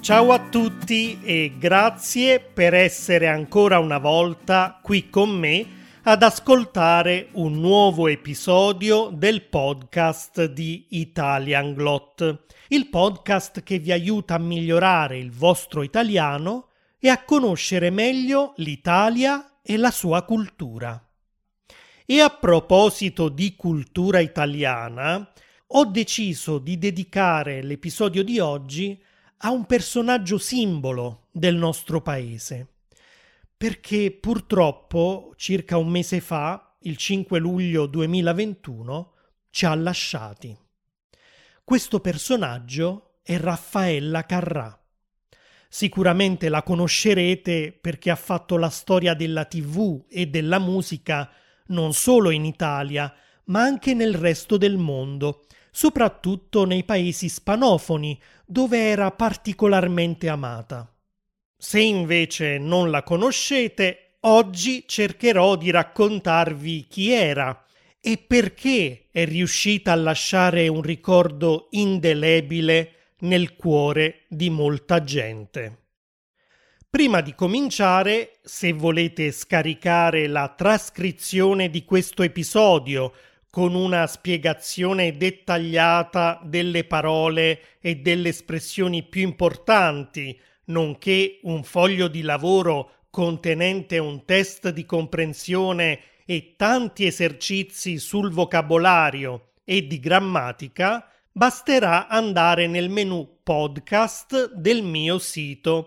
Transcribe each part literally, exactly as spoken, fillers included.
Ciao a tutti e grazie per essere ancora una volta qui con me ad ascoltare un nuovo episodio del podcast di Italianglot, il podcast che vi aiuta a migliorare il vostro italiano e a conoscere meglio l'Italia e la sua cultura. E a proposito di cultura italiana, ho deciso di dedicare l'episodio di oggi a un personaggio simbolo del nostro paese, perché purtroppo circa un mese fa, il cinque luglio duemilaventuno, ci ha lasciati. Questo personaggio è Raffaella Carrà. Sicuramente la conoscerete perché ha fatto la storia della tivù e della musica non solo in Italia, ma anche nel resto del mondo, soprattutto nei paesi ispanofoni, dove era particolarmente amata. Se invece non la conoscete, oggi cercherò di raccontarvi chi era e perché è riuscita a lasciare un ricordo indelebile nel cuore di molta gente. Prima di cominciare, se volete scaricare la trascrizione di questo episodio con una spiegazione dettagliata delle parole e delle espressioni più importanti, nonché un foglio di lavoro contenente un test di comprensione e tanti esercizi sul vocabolario e di grammatica, basterà andare nel menu podcast del mio sito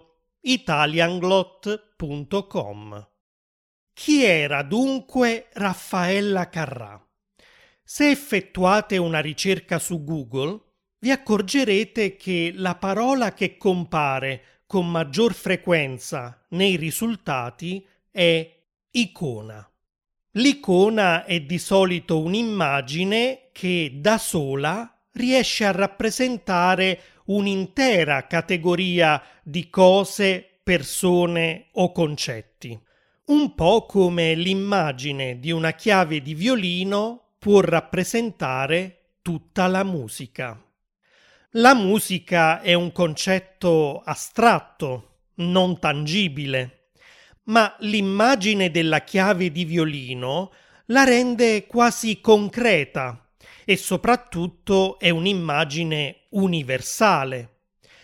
italianglot punto com. Chi era dunque Raffaella Carrà? Se effettuate una ricerca su Google, vi accorgerete che la parola che compare con maggior frequenza nei risultati è icona. L'icona è di solito un'immagine che da sola riesce a rappresentare un'intera categoria di cose, persone o concetti. Un po' come l'immagine di una chiave di violino può rappresentare tutta la musica. La musica è un concetto astratto, non tangibile, ma l'immagine della chiave di violino la rende quasi concreta e soprattutto è un'immagine universale.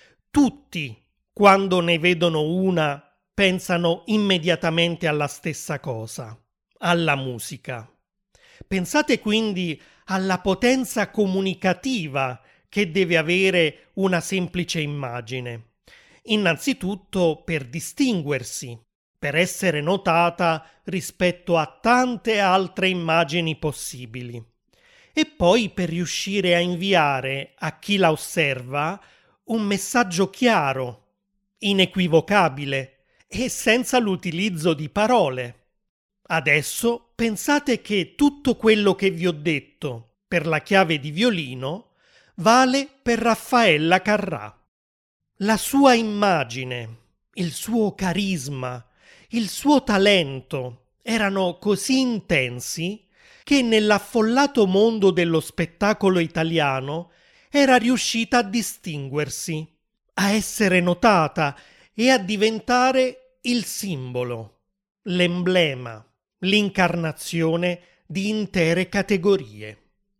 Tutti, quando ne vedono una, pensano immediatamente alla stessa cosa, alla musica. Pensate quindi alla potenza comunicativa che deve avere una semplice immagine. Innanzitutto per distinguersi, per essere notata rispetto a tante altre immagini possibili, e poi per riuscire a inviare a chi la osserva un messaggio chiaro, inequivocabile e senza l'utilizzo di parole. Adesso pensate che tutto quello che vi ho detto per la chiave di violino vale per Raffaella Carrà. La sua immagine, il suo carisma, il suo talento erano così intensi che nell'affollato mondo dello spettacolo italiano era riuscita a distinguersi, a essere notata e a diventare il simbolo, l'emblema, l'incarnazione di intere categorie.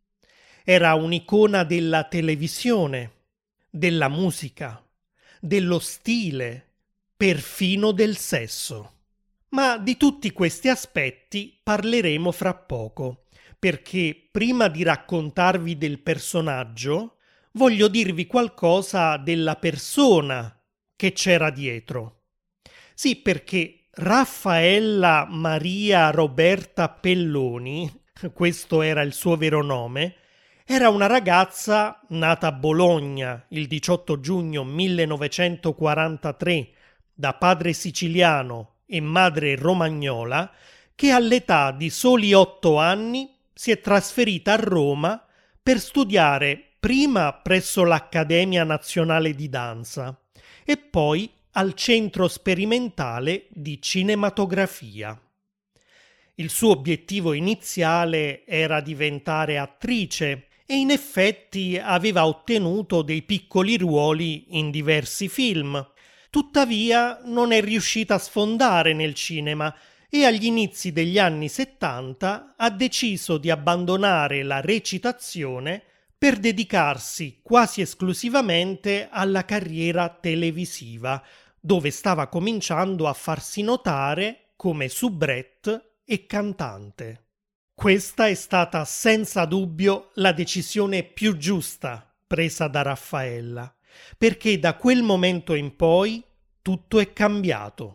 Era un'icona della televisione, della musica, dello stile, perfino del sesso. Ma di tutti questi aspetti parleremo fra poco, perché prima di raccontarvi del personaggio, voglio dirvi qualcosa della persona che c'era dietro. Sì, perché Raffaella Maria Roberta Pelloni, questo era il suo vero nome, era una ragazza nata a Bologna il diciotto giugno millenovecentoquarantatré da padre siciliano e madre romagnola, che all'età di soli otto anni si è trasferita a Roma per studiare prima presso l'Accademia Nazionale di Danza e poi al Centro Sperimentale di Cinematografia. Il suo obiettivo iniziale era diventare attrice e in effetti aveva ottenuto dei piccoli ruoli in diversi film. Tuttavia non è riuscita a sfondare nel cinema e agli inizi degli anni settanta ha deciso di abbandonare la recitazione per dedicarsi quasi esclusivamente alla carriera televisiva, dove stava cominciando a farsi notare come soubrette e cantante. Questa è stata senza dubbio la decisione più giusta presa da Raffaella, perché da quel momento in poi tutto è cambiato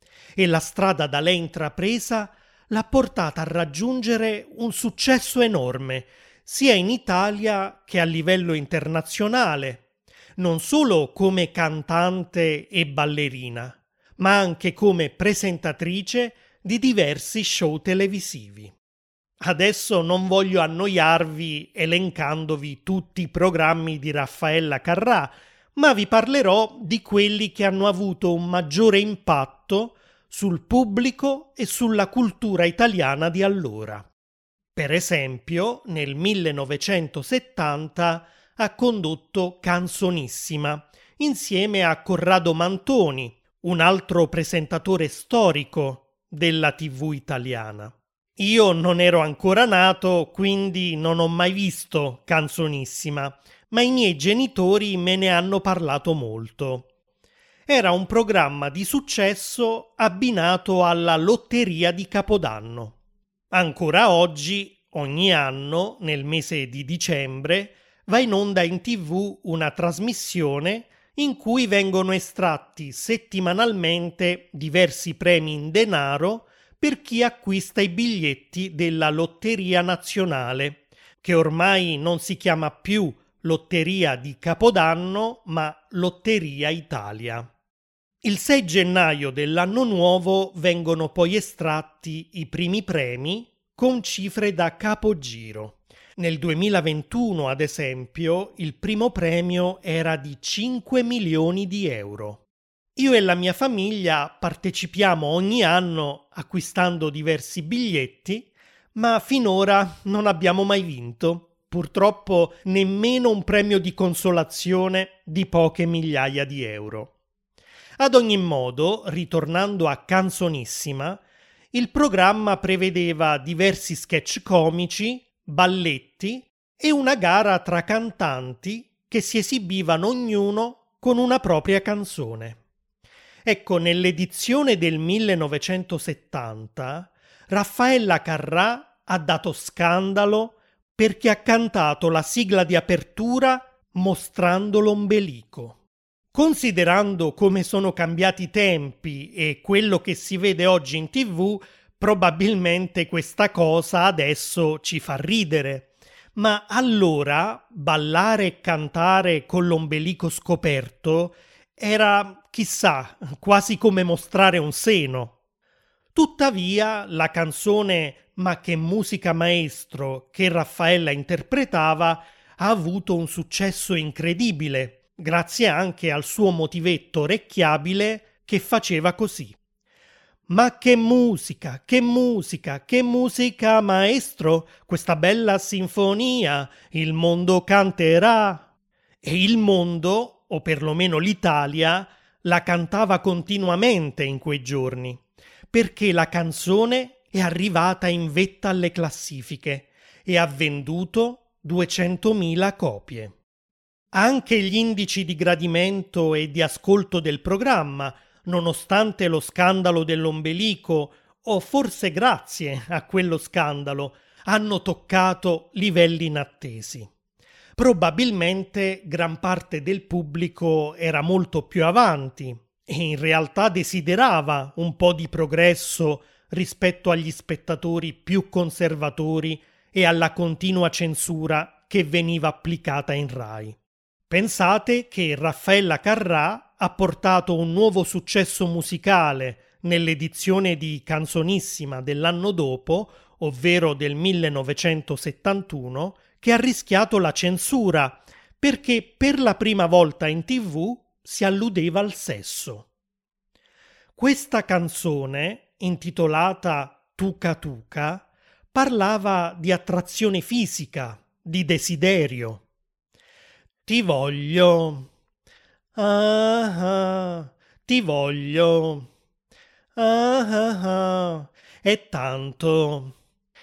e la strada da lei intrapresa l'ha portata a raggiungere un successo enorme, sia in Italia che a livello internazionale, non solo come cantante e ballerina, ma anche come presentatrice di diversi show televisivi. Adesso non voglio annoiarvi elencandovi tutti i programmi di Raffaella Carrà, ma vi parlerò di quelli che hanno avuto un maggiore impatto sul pubblico e sulla cultura italiana di allora. Per esempio, nel millenovecentosettanta ha condotto Canzonissima, insieme a Corrado Mantoni, un altro presentatore storico della tivù italiana. Io non ero ancora nato, quindi non ho mai visto Canzonissima, ma i miei genitori me ne hanno parlato molto. Era un programma di successo abbinato alla lotteria di Capodanno. Ancora oggi, ogni anno, nel mese di dicembre, va in onda in tivù una trasmissione in cui vengono estratti settimanalmente diversi premi in denaro per chi acquista i biglietti della Lotteria Nazionale, che ormai non si chiama più Lotteria di Capodanno, ma Lotteria Italia. Il sei gennaio dell'anno nuovo vengono poi estratti i primi premi con cifre da capogiro. Nel duemilaventuno, ad esempio, il primo premio era di cinque milioni di euro. Io e la mia famiglia partecipiamo ogni anno acquistando diversi biglietti, ma finora non abbiamo mai vinto, purtroppo nemmeno un premio di consolazione di poche migliaia di euro. Ad ogni modo, ritornando a Canzonissima, il programma prevedeva diversi sketch comici, balletti e una gara tra cantanti che si esibivano ognuno con una propria canzone. Ecco, nell'edizione del millenovecentosettanta, Raffaella Carrà ha dato scandalo perché ha cantato la sigla di apertura mostrando l'ombelico. Considerando come sono cambiati i tempi e quello che si vede oggi in tivù, probabilmente questa cosa adesso ci fa ridere. Ma allora ballare e cantare con l'ombelico scoperto era, chissà, quasi come mostrare un seno. Tuttavia, la canzone Ma che musica maestro che Raffaella interpretava ha avuto un successo incredibile, grazie anche al suo motivetto orecchiabile che faceva così. Ma che musica, che musica, che musica maestro, questa bella sinfonia, il mondo canterà. E il mondo, o perlomeno l'Italia, la cantava continuamente in quei giorni, perché la canzone è arrivata in vetta alle classifiche e ha venduto duecentomila copie. Anche gli indici di gradimento e di ascolto del programma, nonostante lo scandalo dell'ombelico, o forse grazie a quello scandalo, hanno toccato livelli inattesi. Probabilmente gran parte del pubblico era molto più avanti e in realtà desiderava un po' di progresso rispetto agli spettatori più conservatori e alla continua censura che veniva applicata in Rai. Pensate che Raffaella Carrà ha portato un nuovo successo musicale nell'edizione di Canzonissima dell'anno dopo, ovvero del millenovecentosettantuno, che ha rischiato la censura, perché per la prima volta in tivù si alludeva al sesso. Questa canzone, intitolata Tuca Tuca, parlava di attrazione fisica, di desiderio. Ti voglio, ah ah, ti voglio, ah ah ah, è tanto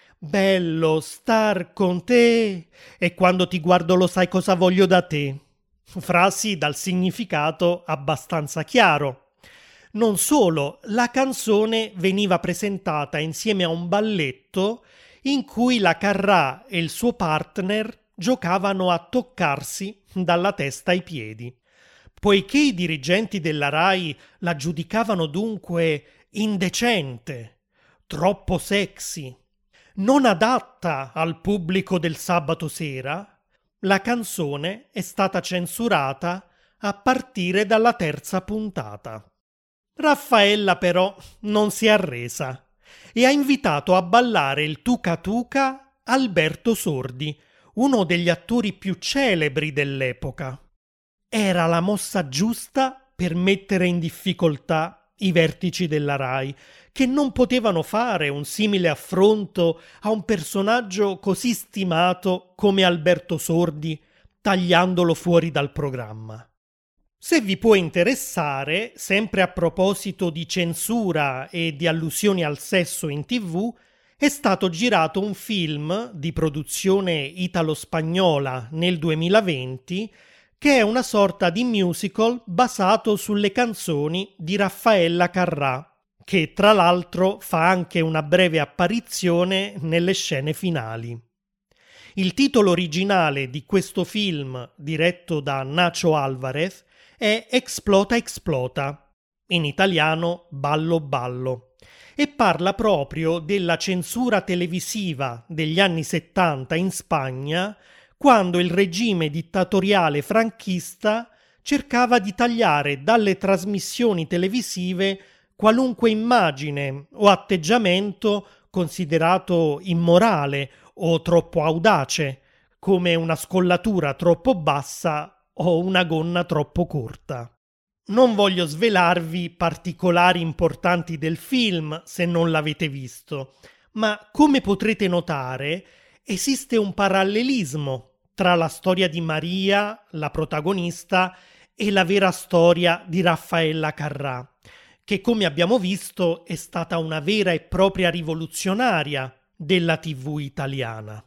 bello star con te, e quando ti guardo lo sai cosa voglio da te. Frasi dal significato abbastanza chiaro. Non solo, la canzone veniva presentata insieme a un balletto in cui la Carrà e il suo partner giocavano a toccarsi dalla testa ai piedi. Poiché i dirigenti della Rai la giudicavano dunque indecente, troppo sexy, non adatta al pubblico del sabato sera, la canzone è stata censurata a partire dalla terza puntata. Raffaella però non si è arresa e ha invitato a ballare il Tuca Tuca Alberto Sordi, uno degli attori più celebri dell'epoca. Era la mossa giusta per mettere in difficoltà i vertici della Rai, che non potevano fare un simile affronto a un personaggio così stimato come Alberto Sordi, tagliandolo fuori dal programma. Se vi può interessare, sempre a proposito di censura e di allusioni al sesso in tivù, è stato girato un film di produzione italo-spagnola nel duemilaventi che è una sorta di musical basato sulle canzoni di Raffaella Carrà, che tra l'altro fa anche una breve apparizione nelle scene finali. Il titolo originale di questo film, diretto da Nacho Alvarez, è Explota Explota, in italiano Ballo Ballo, e parla proprio della censura televisiva degli anni settanta in Spagna, quando il regime dittatoriale franchista cercava di tagliare dalle trasmissioni televisive qualunque immagine o atteggiamento considerato immorale o troppo audace, come una scollatura troppo bassa o una gonna troppo corta. Non voglio svelarvi particolari importanti del film se non l'avete visto, ma come potrete notare esiste un parallelismo tra la storia di Maria, la protagonista, e la vera storia di Raffaella Carrà, che come abbiamo visto è stata una vera e propria rivoluzionaria della tivù italiana.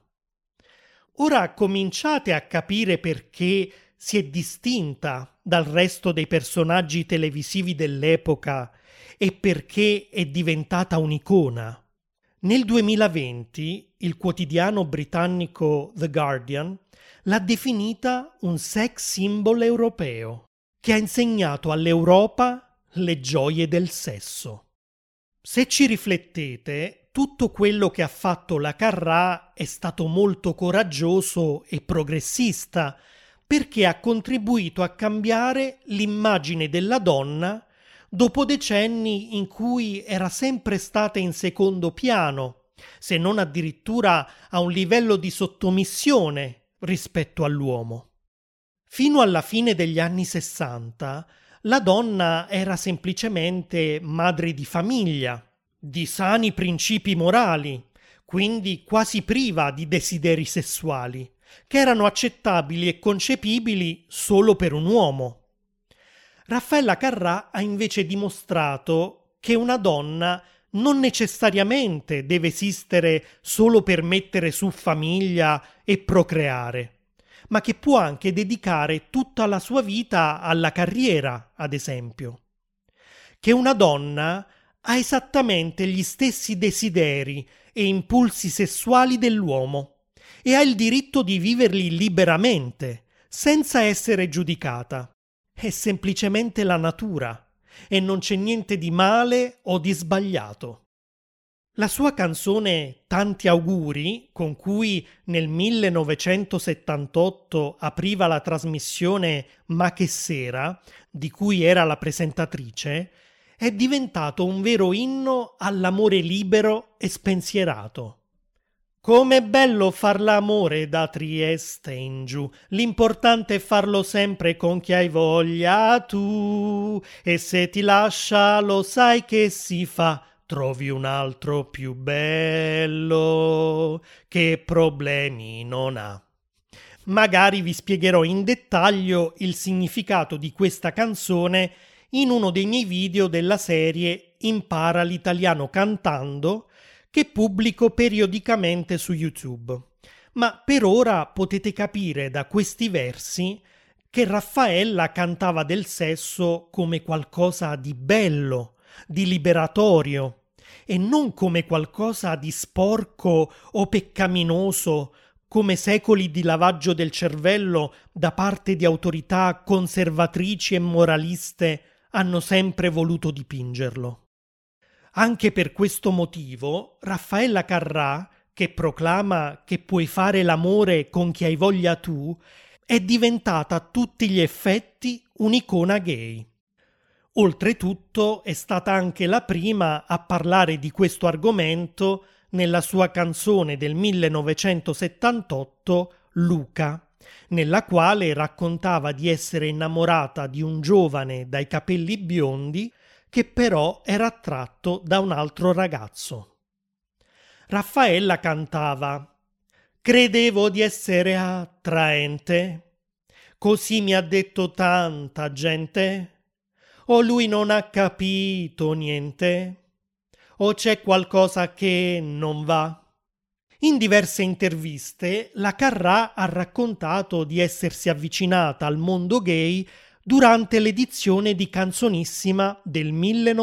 Ora cominciate a capire perché si è distinta dal resto dei personaggi televisivi dell'epoca e perché è diventata un'icona. Nel duemilaventi il quotidiano britannico The Guardian l'ha definita un sex symbol europeo che ha insegnato all'Europa le gioie del sesso. Se ci riflettete, tutto quello che ha fatto la Carrà è stato molto coraggioso e progressista, perché ha contribuito a cambiare l'immagine della donna dopo decenni in cui era sempre stata in secondo piano, se non addirittura a un livello di sottomissione rispetto all'uomo. Fino alla fine degli anni sessanta, la donna era semplicemente madre di famiglia, di sani principi morali, quindi quasi priva di desideri sessuali, che erano accettabili e concepibili solo per un uomo. Raffaella Carrà ha invece dimostrato che una donna non necessariamente deve esistere solo per mettere su famiglia e procreare, ma che può anche dedicare tutta la sua vita alla carriera, ad esempio. Che una donna ha esattamente gli stessi desideri e impulsi sessuali dell'uomo e ha il diritto di viverli liberamente, senza essere giudicata. È semplicemente la natura e non c'è niente di male o di sbagliato. La sua canzone Tanti auguri, con cui nel millenovecentosettantotto apriva la trasmissione Ma che sera, di cui era la presentatrice, è diventato un vero inno all'amore libero e spensierato. Com'è bello far l'amore da Trieste in giù, l'importante è farlo sempre con chi hai voglia tu, e se ti lascia lo sai che si fa, trovi un altro più bello che problemi non ha. magari vi spiegherò in dettaglio il significato di questa canzone in uno dei miei video della serie Impara l'italiano cantando, che pubblico periodicamente su YouTube. Ma per ora potete capire da questi versi che Raffaella cantava del sesso come qualcosa di bello, di liberatorio, e non come qualcosa di sporco o peccaminoso, come secoli di lavaggio del cervello da parte di autorità conservatrici e moraliste hanno sempre voluto dipingerlo. Anche per questo motivo, Raffaella Carrà, che proclama che puoi fare l'amore con chi hai voglia tu, è diventata a tutti gli effetti un'icona gay. Oltretutto è stata anche la prima a parlare di questo argomento nella sua canzone del millenovecentosettantotto Luca, nella quale raccontava di essere innamorata di un giovane dai capelli biondi che però era attratto da un altro ragazzo. Raffaella cantava: «Credevo di essere attraente, così mi ha detto tanta gente, o lui non ha capito niente, o c'è qualcosa che non va». In diverse interviste la Carrà ha raccontato di essersi avvicinata al mondo gay durante l'edizione di Canzonissima del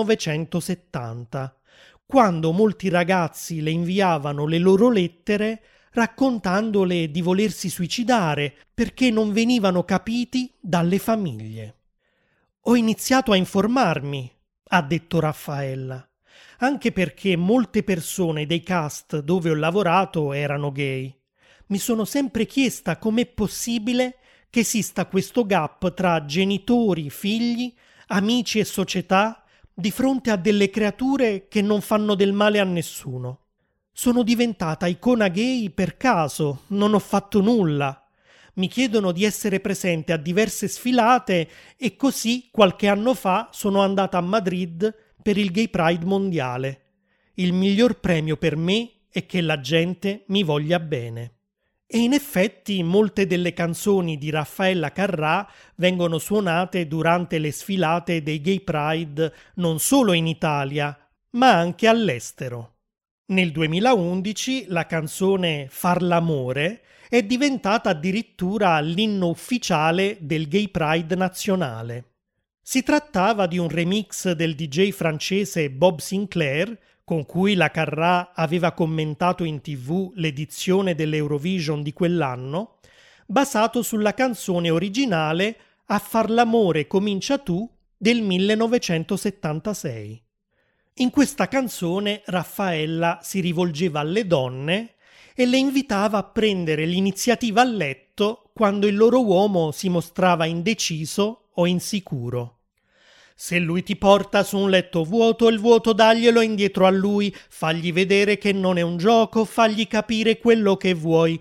millenovecentosettanta, quando molti ragazzi le inviavano le loro lettere raccontandole di volersi suicidare perché non venivano capiti dalle famiglie. «Ho iniziato a informarmi», ha detto Raffaella, anche perché molte persone dei cast dove ho lavorato erano gay. Mi sono sempre chiesta com'è possibile che esista questo gap tra genitori, figli, amici e società di fronte a delle creature che non fanno del male a nessuno. Sono diventata icona gay per caso, non ho fatto nulla. Mi chiedono di essere presente a diverse sfilate e così qualche anno fa sono andata a Madrid per il Gay Pride mondiale. Il miglior premio per me è che la gente mi voglia bene». E in effetti molte delle canzoni di Raffaella Carrà vengono suonate durante le sfilate dei Gay Pride non solo in Italia, ma anche all'estero. Nel duemilaundici la canzone Far l'amore è diventata addirittura l'inno ufficiale del Gay Pride nazionale. Si trattava di un remix del D J francese Bob Sinclair, con cui la Carrà aveva commentato in tivù l'edizione dell'Eurovision di quell'anno, basato sulla canzone originale A far l'amore comincia tu del millenovecentosettantasei. In questa canzone Raffaella si rivolgeva alle donne e le invitava a prendere l'iniziativa a letto quando il loro uomo si mostrava indeciso o insicuro. Se lui ti porta su un letto vuoto, il vuoto daglielo indietro a lui, fagli vedere che non è un gioco, fagli capire quello che vuoi.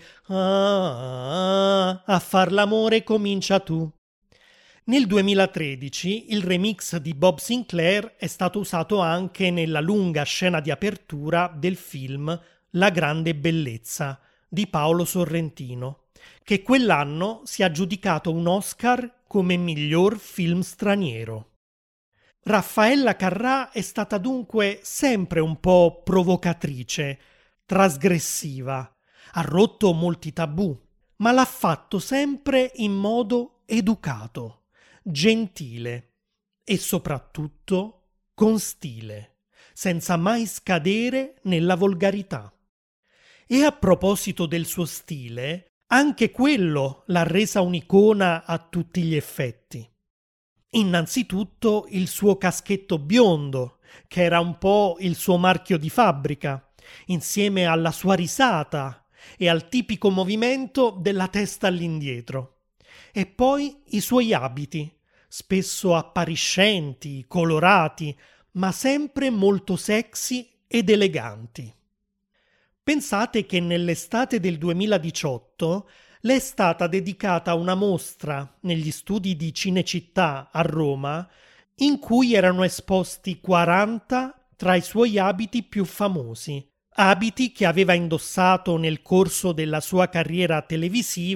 Ah, ah, a far l'amore comincia tu. Nel duemilatredici il remix di Bob Sinclair è stato usato anche nella lunga scena di apertura del film La grande bellezza di Paolo Sorrentino, che quell'anno si è aggiudicato un Oscar come miglior film straniero. Raffaella Carrà è stata dunque sempre un po' provocatrice, trasgressiva, ha rotto molti tabù, ma l'ha fatto sempre in modo educato, gentile e soprattutto con stile, senza mai scadere nella volgarità. E a proposito del suo stile, anche quello l'ha resa un'icona a tutti gli effetti. Innanzitutto il suo caschetto biondo, che era un po' il suo marchio di fabbrica, insieme alla sua risata e al tipico movimento della testa all'indietro. E poi i suoi abiti, spesso appariscenti, colorati, ma sempre molto sexy ed eleganti. Pensate che nell'estate del duemiladiciotto le è stata dedicata una mostra negli studi di Cinecittà a Roma in cui erano esposti quaranta tra i suoi abiti più famosi, abiti che aveva indossato nel corso della sua carriera televisiva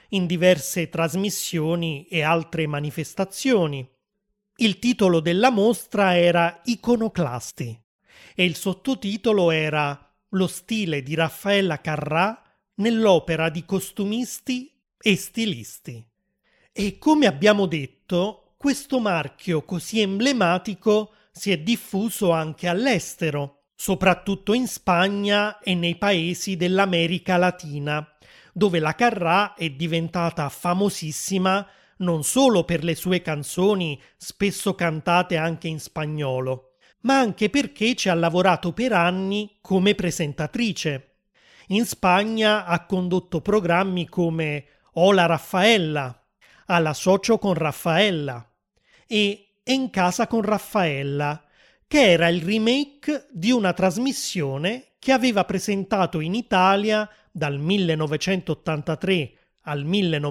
in diverse trasmissioni e altre manifestazioni. Il titolo della mostra era Iconoclasti e il sottotitolo era Lo stile di Raffaella Carrà nell'opera di costumisti e stilisti. E come abbiamo detto, questo marchio così emblematico si è diffuso anche all'estero, soprattutto in Spagna e nei paesi dell'America Latina, dove la Carrà è diventata famosissima non solo per le sue canzoni, spesso cantate anche in spagnolo, ma anche perché ci ha lavorato per anni come presentatrice. In Spagna ha condotto programmi come Hola Raffaella, Alla socio con Raffaella e En casa con Raffaella, che era il remake di una trasmissione che aveva presentato in Italia dal millenovecentottantatré al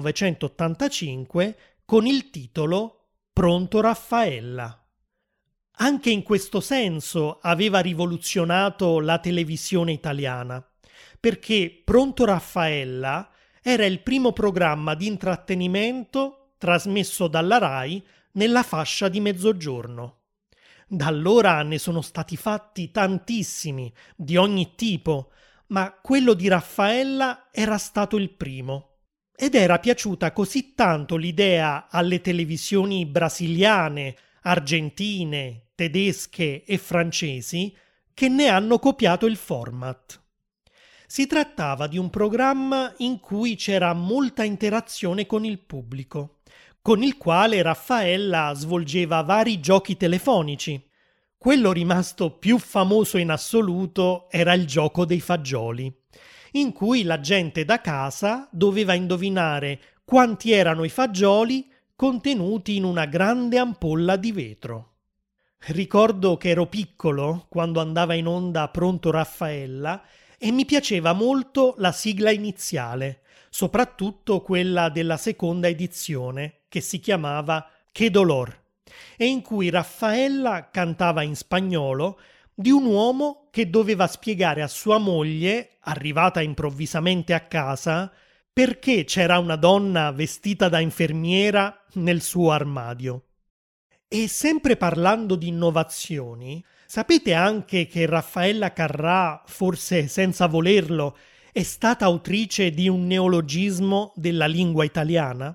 millenovecentottantacinque con il titolo Pronto Raffaella. Anche in questo senso aveva rivoluzionato la televisione italiana, perché Pronto Raffaella era il primo programma di intrattenimento trasmesso dalla Rai nella fascia di mezzogiorno. Da allora ne sono stati fatti tantissimi, di ogni tipo, ma quello di Raffaella era stato il primo. Ed era piaciuta così tanto l'idea alle televisioni brasiliane, argentine, tedesche e francesi che ne hanno copiato il format. Si trattava di un programma in cui c'era molta interazione con il pubblico, con il quale Raffaella svolgeva vari giochi telefonici. Quello rimasto più famoso in assoluto era il gioco dei fagioli, in cui la gente da casa doveva indovinare quanti erano i fagioli contenuti in una grande ampolla di vetro. Ricordo che ero piccolo quando andava in onda Pronto Raffaella e mi piaceva molto la sigla iniziale, soprattutto quella della seconda edizione, che si chiamava Che dolor, e in cui Raffaella cantava in spagnolo di un uomo che doveva spiegare a sua moglie, arrivata improvvisamente a casa, perché c'era una donna vestita da infermiera nel suo armadio. E sempre parlando di innovazioni, sapete anche che Raffaella Carrà, forse senza volerlo, è stata autrice di un neologismo della lingua italiana?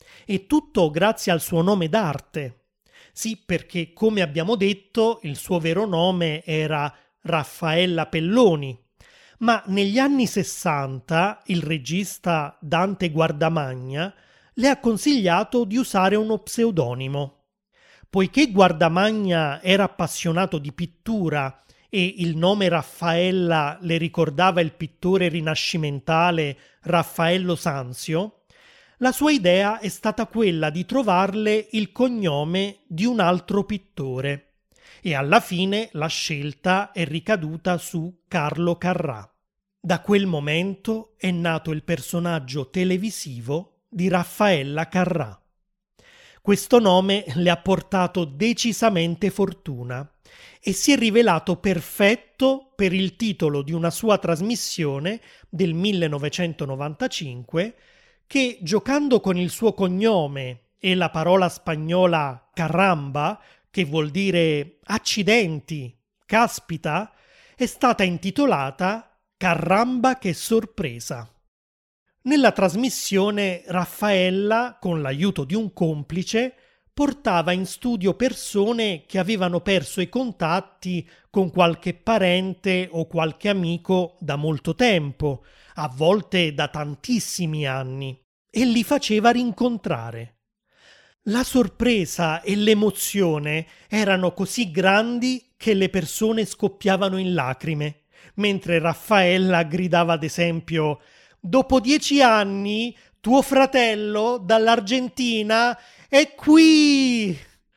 E tutto grazie al suo nome d'arte. Sì, perché come abbiamo detto, il suo vero nome era Raffaella Pelloni, ma negli anni sessanta il regista Dante Guardamagna le ha consigliato di usare uno pseudonimo. Poiché Guardamagna era appassionato di pittura e il nome Raffaella le ricordava il pittore rinascimentale Raffaello Sanzio, la sua idea è stata quella di trovarle il cognome di un altro pittore e alla fine la scelta è ricaduta su Carlo Carrà. Da quel momento è nato il personaggio televisivo di Raffaella Carrà. Questo nome le ha portato decisamente fortuna e si è rivelato perfetto per il titolo di una sua trasmissione del millenovecentonovantacinque che, giocando con il suo cognome e la parola spagnola caramba, che vuol dire accidenti, caspita, è stata intitolata Caramba che sorpresa. Nella trasmissione Raffaella, con l'aiuto di un complice, portava in studio persone che avevano perso i contatti con qualche parente o qualche amico da molto tempo, a volte da tantissimi anni, e li faceva rincontrare. La sorpresa e l'emozione erano così grandi che le persone scoppiavano in lacrime, mentre Raffaella gridava ad esempio: «Dopo dieci anni tuo fratello dall'Argentina è qui!»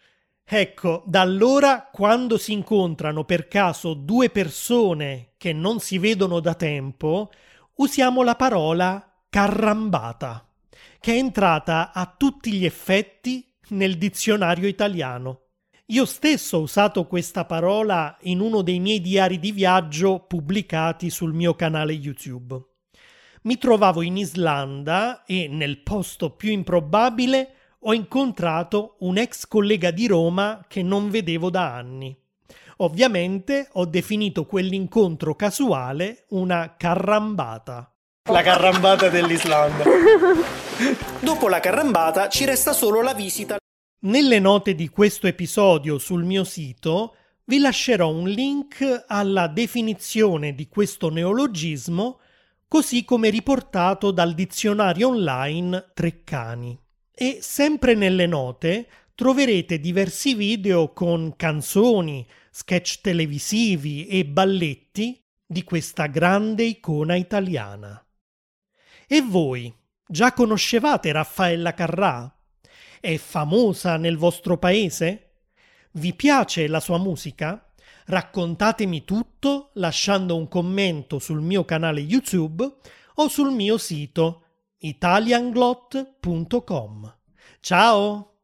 Ecco, da allora, quando si incontrano per caso due persone che non si vedono da tempo, usiamo la parola carrambata, che è entrata a tutti gli effetti nel dizionario italiano. Io stesso ho usato questa parola in uno dei miei diari di viaggio pubblicati sul mio canale YouTube. Mi trovavo in Islanda e nel posto più improbabile ho incontrato un ex collega di Roma che non vedevo da anni. Ovviamente ho definito quell'incontro casuale una carrambata. La carrambata dell'Islanda. Dopo la carrambata ci resta solo la visita. Nelle note di questo episodio sul mio sito vi lascerò un link alla definizione di questo neologismo, così come riportato dal dizionario online Treccani. E sempre nelle note troverete diversi video con canzoni, sketch televisivi e balletti di questa grande icona italiana. E voi, già conoscevate Raffaella Carrà? È famosa nel vostro paese? Vi piace la sua musica? Raccontatemi tutto lasciando un commento sul mio canale YouTube o sul mio sito italianglot punto com. Ciao!